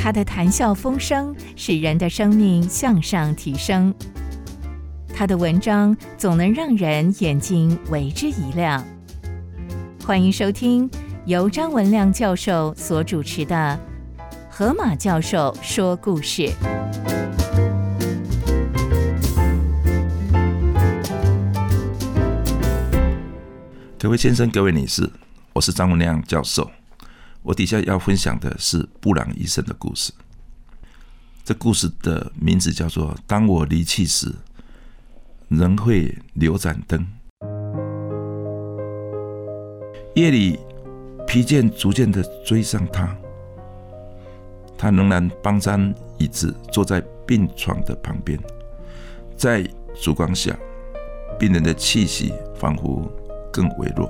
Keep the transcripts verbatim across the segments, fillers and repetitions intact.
他的谈笑风生使人的生命向上提升，他的文章总能让人眼睛为之一亮。欢迎收听由张文亮教授所主持的河马教授说故事。 各位先生，各位女士，我是张文亮教授。我底下要分享的是布朗医生的故事。这故事的名字叫做《当我离去时，仍会留盏灯》。夜里，疲倦逐渐地追上他，他仍然搬张椅子坐在病床的旁边，在烛光下，病人的气息仿佛更微弱。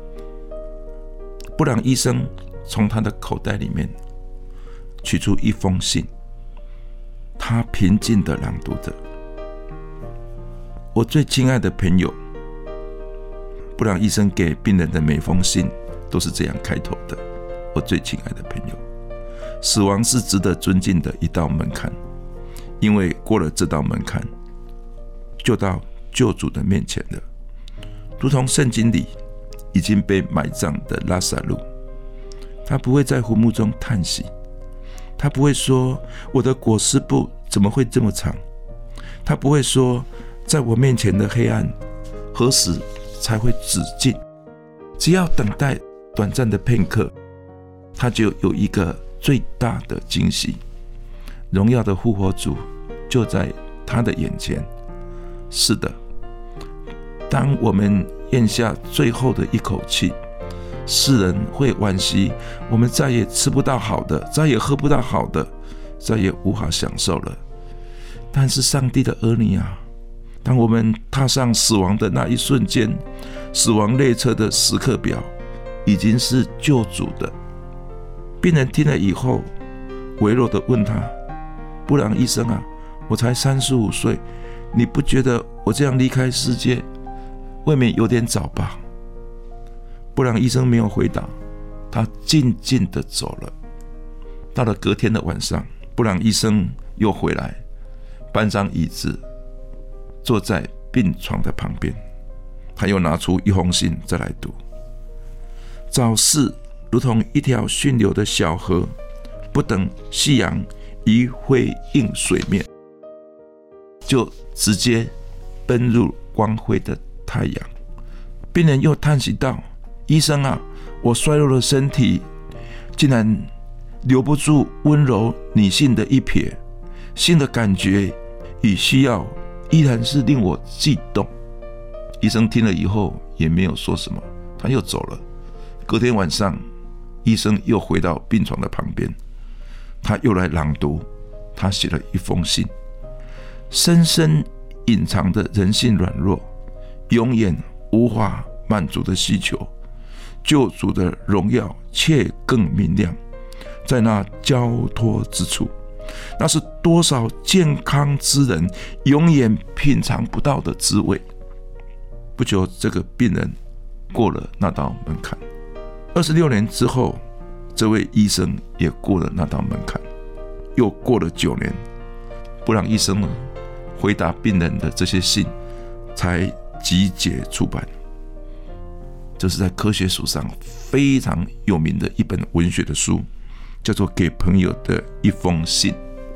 布朗医生从他的口袋里面取出一封信，他平静地朗读着：我最亲爱的朋友。布朗医生给病人的每封信都是这样开头的：我最亲爱的朋友。死亡是值得尊敬的一道门槛，因为过了这道门槛，就到救主的面前了，如同圣经里已经被埋葬的拉撒路。他不会在坟墓中叹息，他不会说我的裹尸布怎么会这么长，他不会说在我面前的黑暗何时才会止境。只要等待短暂的片刻，他就有一个最大的惊喜，荣耀的复活主就在他的眼前。是的，当我们咽下最后的一口气，世人会惋惜我们再也吃不到好的，再也喝不到好的，再也无法享受了。但是上帝的儿女啊，当我们踏上死亡的那一瞬间，死亡列车的时刻表已经是救主的。病人听了以后，微弱地问他：布朗医生啊，我才三十五岁，你不觉得我这样离开世界未免有点早吧？布朗医生没有回答，他静静地走了。到了隔天的晚上，布朗医生又回来，搬张椅子坐在病床的旁边，他又拿出一封信再来读。早逝如同一条顺流的小河，不等夕阳一辉映水面，就直接奔入光辉的太阳。病人又叹息道：医生啊，我衰弱的身体竟然留不住温柔女性的一瞥，性的感觉与需要依然是令我悸动。医生听了以后也没有说什么，他又走了。隔天晚上，医生又回到病床的旁边，他又来朗读他写了一封信。深深隐藏的人性软弱，永远无法满足的需求，救主的荣耀却更明亮。在那交托之处，那是多少健康之人永远品尝不到的滋味。不久，这个病人过了那道门槛。二十六年之后，这位医生也过了那道门槛。又过了九年，布朗医生回答病人的这些信才集结出版。这是在科学史上非常有名的一本文学的书，叫做《给朋友的一封信》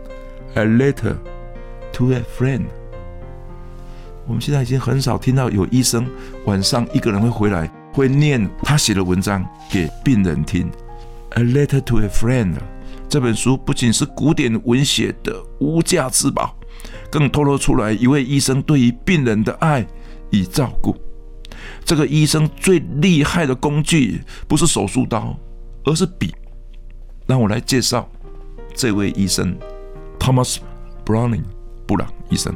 A Letter to a Friend。 我们现在已经很少听到有医生晚上一个人会回来，会念他写的文章给病人听。 A Letter to a Friend 这本书不仅是古典文学的无价之宝，更透露出来一位医生对于病人的爱与照顾。这个医生最厉害的工具不是手术刀，而是笔。让我来介绍这位医生 Thomas Browning 布朗医生。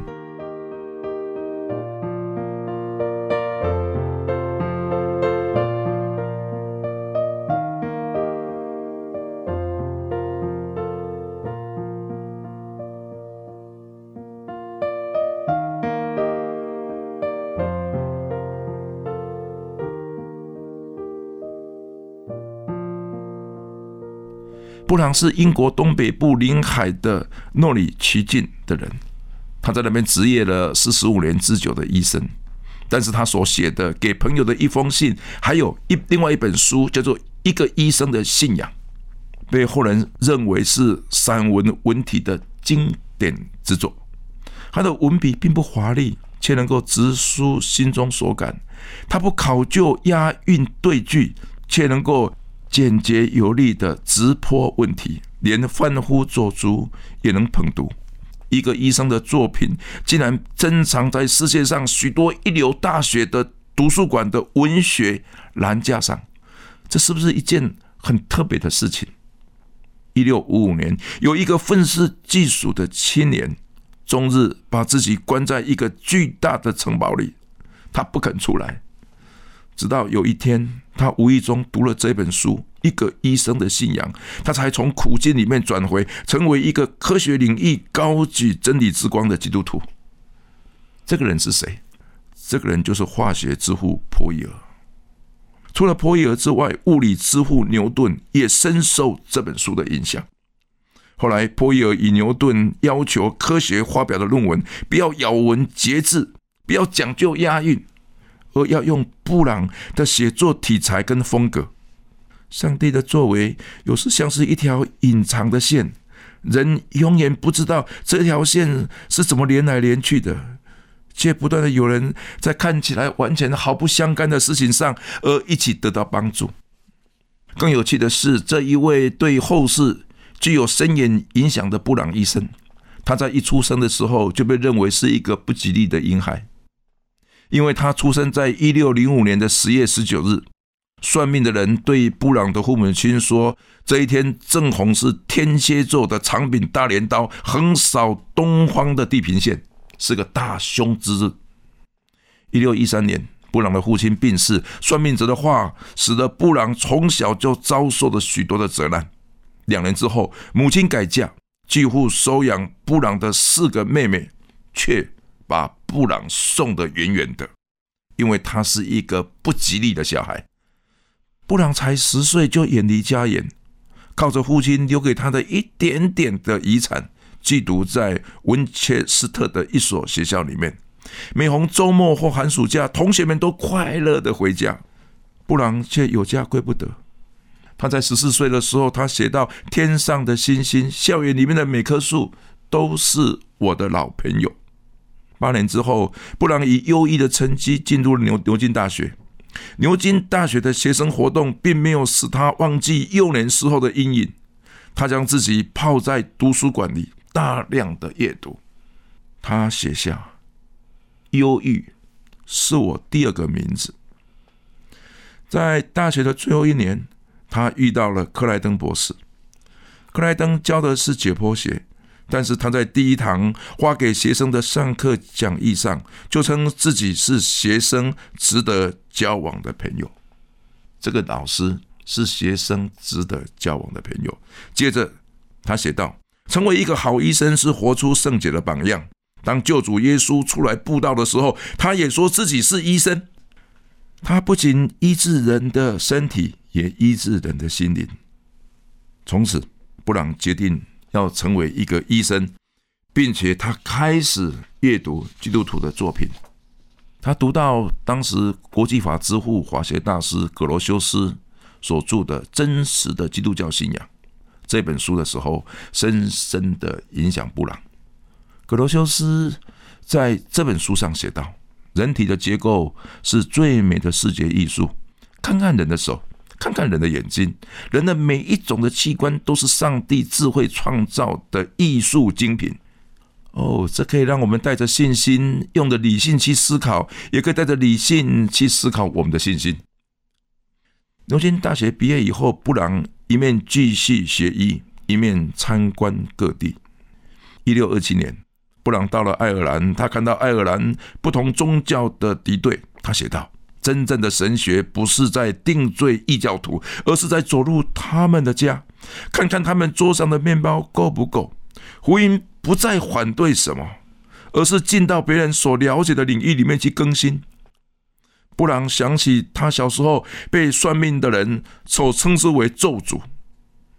布朗是英国东北部临海的诺里奇郡的人，他在那边执业了四十五年之久的医生。但是他所写的给朋友的一封信，还有一另外一本书叫做《一个医生的信仰》，被后人认为是散文文体的经典之作。他的文笔并不华丽，却能够直抒心中所感。他不考究押韵对句，却能够简洁有力的直破问题，连贩夫走卒也能捧读。一个医生的作品竟然珍藏在世界上许多一流大学的图书馆的文学栏架上，这是不是一件很特别的事情？一六五五年，有一个愤世嫉俗的青年，终日把自己关在一个巨大的城堡里，他不肯出来。直到有一天，他无意中读了这本书《一个医生的信仰》，他才从苦境里面转回，成为一个科学领域高举真理之光的基督徒。这个人是谁？这个人就是化学之父波义尔。除了波义尔之外，物理之父牛顿也深受这本书的影响。后来，波义尔与牛顿要求科学发表的论文不要咬文嚼字，不要讲究押韵，而要用布朗的写作题材跟风格。上帝的作为有时像是一条隐藏的线，人永远不知道这条线是怎么连来连去的，却不断的有人在看起来完全毫不相干的事情上而一起得到帮助。更有趣的是，这一位对后世具有深远影响的布朗医生，他在一出生的时候就被认为是一个不吉利的婴孩，因为他出生在一六零五年的十月十九日。算命的人对布朗的父母亲说，这一天正红是天蝎座的长柄大镰刀横扫东方的地平线，是个大凶之日。一六一三年，布朗的父亲病逝，算命者的话使得布朗从小就遭受了许多的责难。两年之后，母亲改嫁，继父收养布朗的四个妹妹，却把布朗送得远远的，因为他是一个不吉利的小孩。布朗才十岁就远离家园，靠着父亲留给他的一点点的遗产，寄读在温切斯特的一所学校里面。每逢周末或寒暑假，同学们都快乐的回家，布朗却有家归不得。他在十四岁的时候，他写到：天上的星星，校园里面的每棵树，都是我的老朋友。八年之后，布朗以优异的成绩进入了牛牛津大学。牛津大学的学生活动并没有使他忘记幼年时候的阴影，他将自己泡在图书馆里，大量的阅读。他写下：忧郁是我第二个名字。在大学的最后一年，他遇到了克莱登博士。克莱登教的是解剖学，但是他在第一堂发给学生的上课讲义上，就称自己是学生值得交往的朋友。这个老师是学生值得交往的朋友。接着他写道：成为一个好医生是活出圣洁的榜样。当救主耶稣出来布道的时候，他也说自己是医生。他不仅医治人的身体，也医治人的心灵。从此，布朗决定要成为一个医生，并且他开始阅读基督徒的作品。他读到当时国际法之父法学大师葛罗修斯所著的《真实的基督教信仰》这本书的时候，深深的影响布朗。葛罗修斯在这本书上写道：人体的结构是最美的视觉艺术，看看人的手，看看人的眼睛，人的每一种的器官都是上帝智慧创造的艺术精品。哦，这可以让我们带着信心，用着理性去思考，也可以带着理性去思考我们的信心。牛津大学毕业以后，布朗一面继续学医，一面参观各地。一六二七年，布朗到了爱尔兰，他看到爱尔兰不同宗教的敌对，他写道：真正的神学不是在定罪异教徒，而是在走入他们的家，看看他们桌上的面包够不够。福音不再反对什么，而是进到别人所了解的领域里面去更新。布朗想起他小时候被算命的人所称之为咒诅，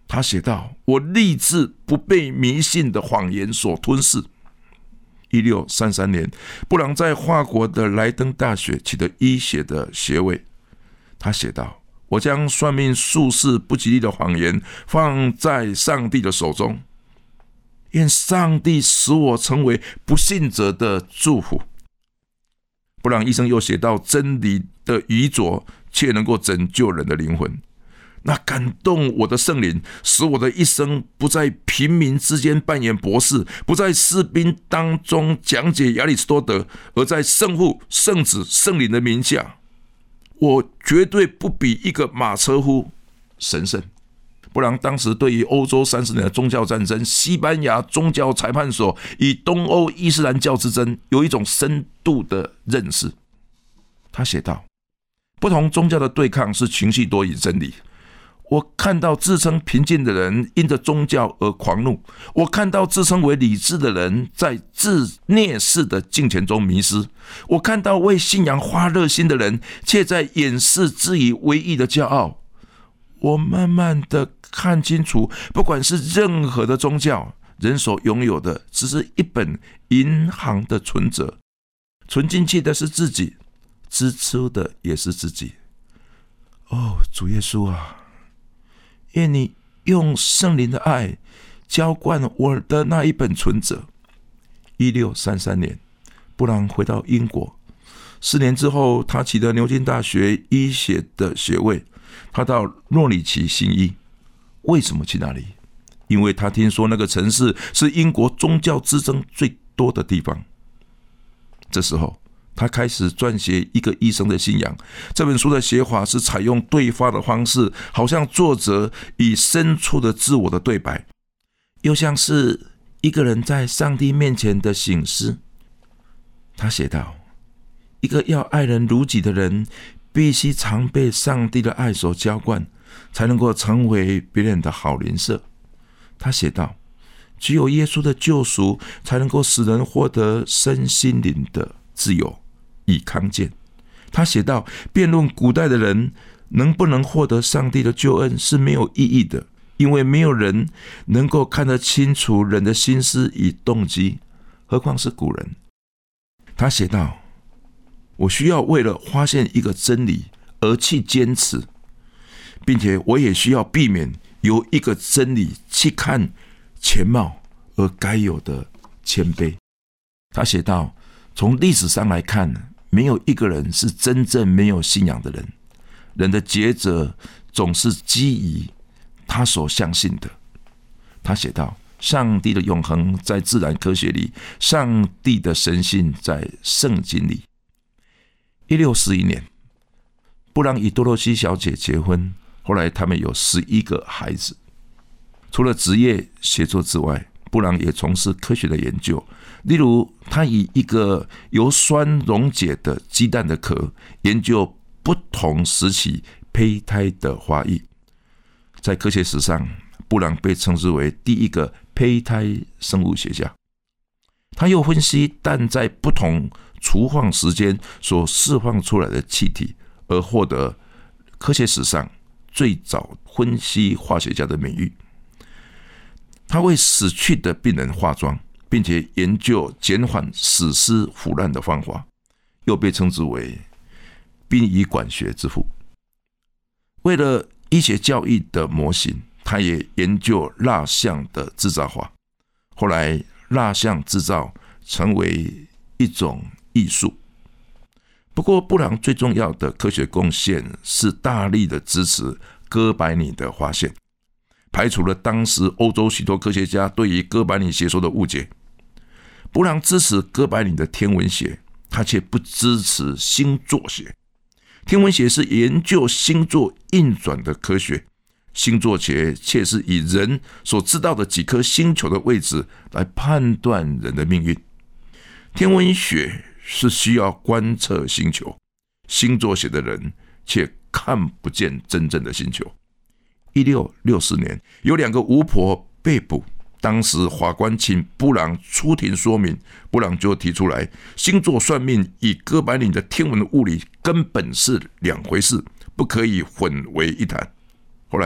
他写道：我立志不被迷信的谎言所吞噬。一六三三年，布朗在法国的莱登大学取得医学的学位。他写道：我将算命术士不吉利的谎言放在上帝的手中，愿上帝使我成为不信者的祝福。布朗医生又写到：真理的愚拙却能够拯救人的灵魂。那感动我的圣灵，使我的一生不在平民之间扮演博士，不在士兵当中讲解亚里士多德，而在圣父、圣子、圣灵的名下，我绝对不比一个马车夫神圣。布朗当时对于欧洲三十年的宗教战争、西班牙宗教裁判所与东欧伊斯兰教之争有一种深度的认识。他写道：不同宗教的对抗是情绪多于真理。我看到自称平静的人因着宗教而狂怒，我看到自称为理智的人在自蔑视的敬虔中迷失，我看到为信仰花热心的人却在掩饰自以为意的骄傲。我慢慢的看清楚，不管是任何的宗教，人所拥有的只是一本银行的存折，存进去的是自己，支出的也是自己。哦，主耶稣啊，愿你用圣灵的爱浇灌我的那一本存折。一六三三年，布朗回到英国，四年之后，他取得牛津大学医学的学位。他到诺里奇行医。为什么去那里？因为他听说那个城市是英国宗教之争最多的地方。这时候他开始撰写一个医生的信仰。这本书的写法是采用对话的方式，好像作者以深处的自我的对白，又像是一个人在上帝面前的省思。他写道：一个要爱人如己的人，必须常被上帝的爱所浇灌，才能够成为别人的好邻舍。他写道：只有耶稣的救赎才能够使人获得身心灵的自由与康健。他写道：辩论古代的人能不能获得上帝的救恩是没有意义的，因为没有人能够看得清楚人的心思与动机，何况是古人。他写道：我需要为了发现一个真理而去坚持，并且我也需要避免由一个真理去看全貌而该有的谦卑。他写道：从历史上来看，没有一个人是真正没有信仰的人，人的抉择总是基于他所相信的。他写道：上帝的永恒在自然科学里，上帝的神性在圣经里。一六四一年，布朗与多萝西小姐结婚，后来他们有十一个孩子。除了职业写作之外，布朗也从事科学的研究。例如，他以一个由酸溶解的鸡蛋的壳研究不同时期胚胎的发育。在科学史上，布朗被称之为第一个胚胎生物学家。他又分析蛋在不同储放时间所释放出来的气体，而获得科学史上最早分析化学家的美誉。他为死去的病人化妆，并且研究减缓死尸腐烂的方法，又被称之为殡仪馆学之父。为了医学教育的模型，他也研究蜡像的制造法。后来蜡像制造成为一种艺术。不过布朗最重要的科学贡献是大力的支持哥白尼的发现，排除了当时欧洲许多科学家对于哥白尼学说的误解。布朗支持哥白尼的天文学，他却不支持星座学。天文学是研究星座运转的科学，星座学却是以人所知道的几颗星球的位置来判断人的命运。天文学是需要观测星球，星座学的人却看不见真正的星球。一六六四年，有两个巫婆被捕，当时法官请布朗出庭说明，布朗就提出来，星座算命与哥白尼的天文物理根本是两回事，不可以混为一谈。后来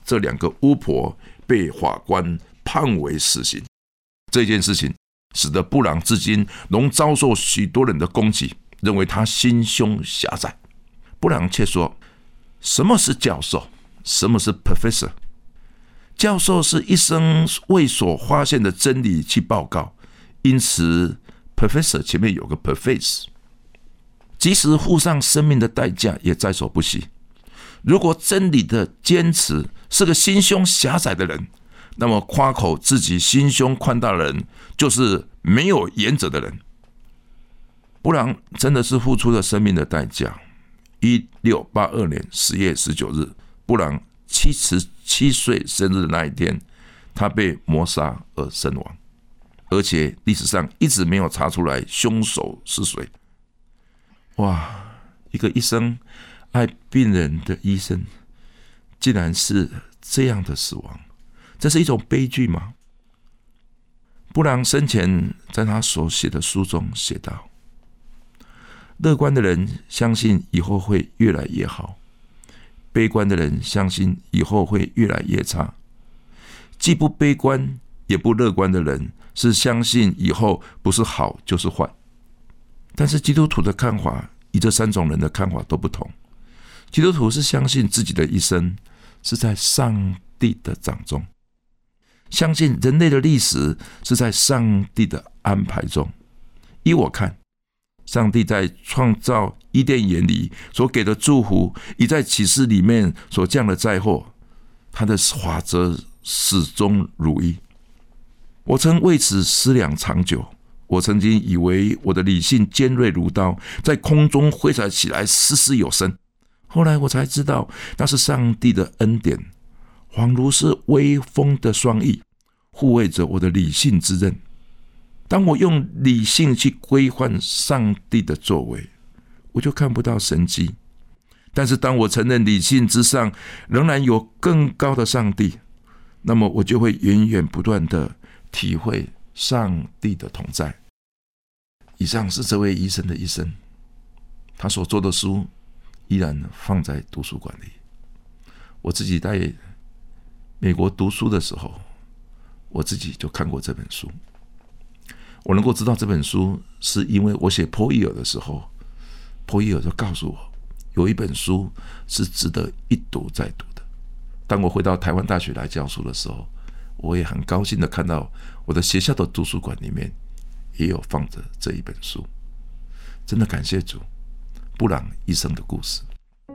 这两个巫婆被法官判为死刑。这件事情使得布朗至今仍遭受许多人的攻击，认为他心胸狭窄。布朗却说，什么是教授？什么是 professor？ 教授是一生为所发现的真理去报告，因此 professor 前面有个 preface， 即使付上生命的代价也在所不惜。如果真理的坚持是个心胸狭窄的人，那么夸口自己心胸宽大的人就是没有原则的人。布朗真的是付出了生命的代价。一六八二年十月十九日，布朗七十七岁生日的那一天，他被谋杀而身亡，而且历史上一直没有查出来凶手是谁。哇，一个一生爱病人的医生，竟然是这样的死亡，这是一种悲剧吗？布朗生前在他所写的书中写道，乐观的人相信以后会越来越好，悲观的人相信以后会越来越差。既不悲观也不乐观的人是相信以后不是好就是坏。但是基督徒的看法与这三种人的看法都不同。基督徒是相信自己的一生是在上帝的掌中，相信人类的历史是在上帝的安排中。依我看，上帝在创造伊甸园里所给的祝福，以在启示里面所降的灾祸，他的法则始终如一。我曾为此思量长久，我曾经以为我的理性尖锐如刀，在空中挥洒起来嘶嘶有声。后来我才知道，那是上帝的恩典，恍如是微风的双翼，护卫着我的理性之刃。当我用理性去规范上帝的作为，我就看不到神迹。但是当我承认理性之上仍然有更高的上帝，那么我就会源源不断的体会上帝的同在。以上是这位医生的一生，他所做的书依然放在图书馆里。我自己在美国读书的时候，我自己就看过这本书。我能够知道这本书，是因为我写波伊尔的时候，波伊尔就告诉我，有一本书是值得一读再读的。当我回到台湾大学来教书的时候，我也很高兴的看到我的学校的图书馆里面也有放着这一本书。真的感谢主，布朗医生的故事。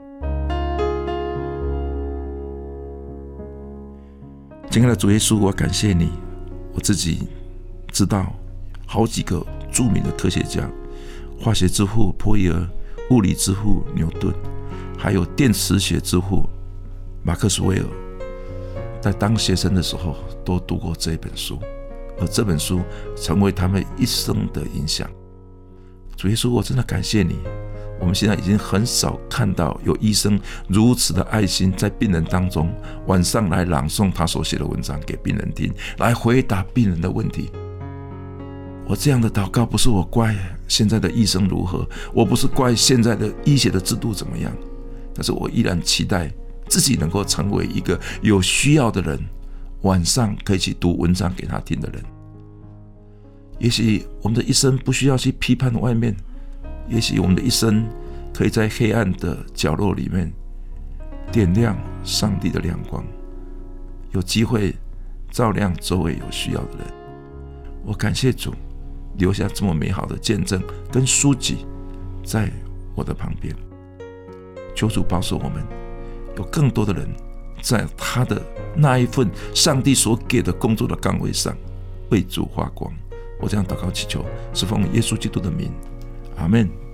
亲爱的主耶稣，我感谢你。我自己知道好几个著名的科学家，化学之父波伊尔，物理之父牛顿，还有电磁学之父马克斯韦尔，在当学生的时候都读过这本书，而这本书成为他们一生的影响。主耶稣，我真的感谢你。我们现在已经很少看到有医生如此的爱心，在病人当中晚上来朗诵他所写的文章给病人听，来回答病人的问题。我这样的祷告不是我怪现在的医生如何，我不是怪现在的医学的制度怎么样，但是我依然期待自己能够成为一个有需要的人，晚上可以去读文章给他听的人。也许我们的一生不需要去批判外面，也许我们的一生可以在黑暗的角落里面点亮上帝的亮光，有机会照亮周围有需要的人。我感谢主留下这么美好的见证跟书籍在我的旁边。求主保守我们有更多的人在他的那一份上帝所给的工作的岗位上为主发光。我这样祷告祈求，是奉耶稣基督的名，阿们。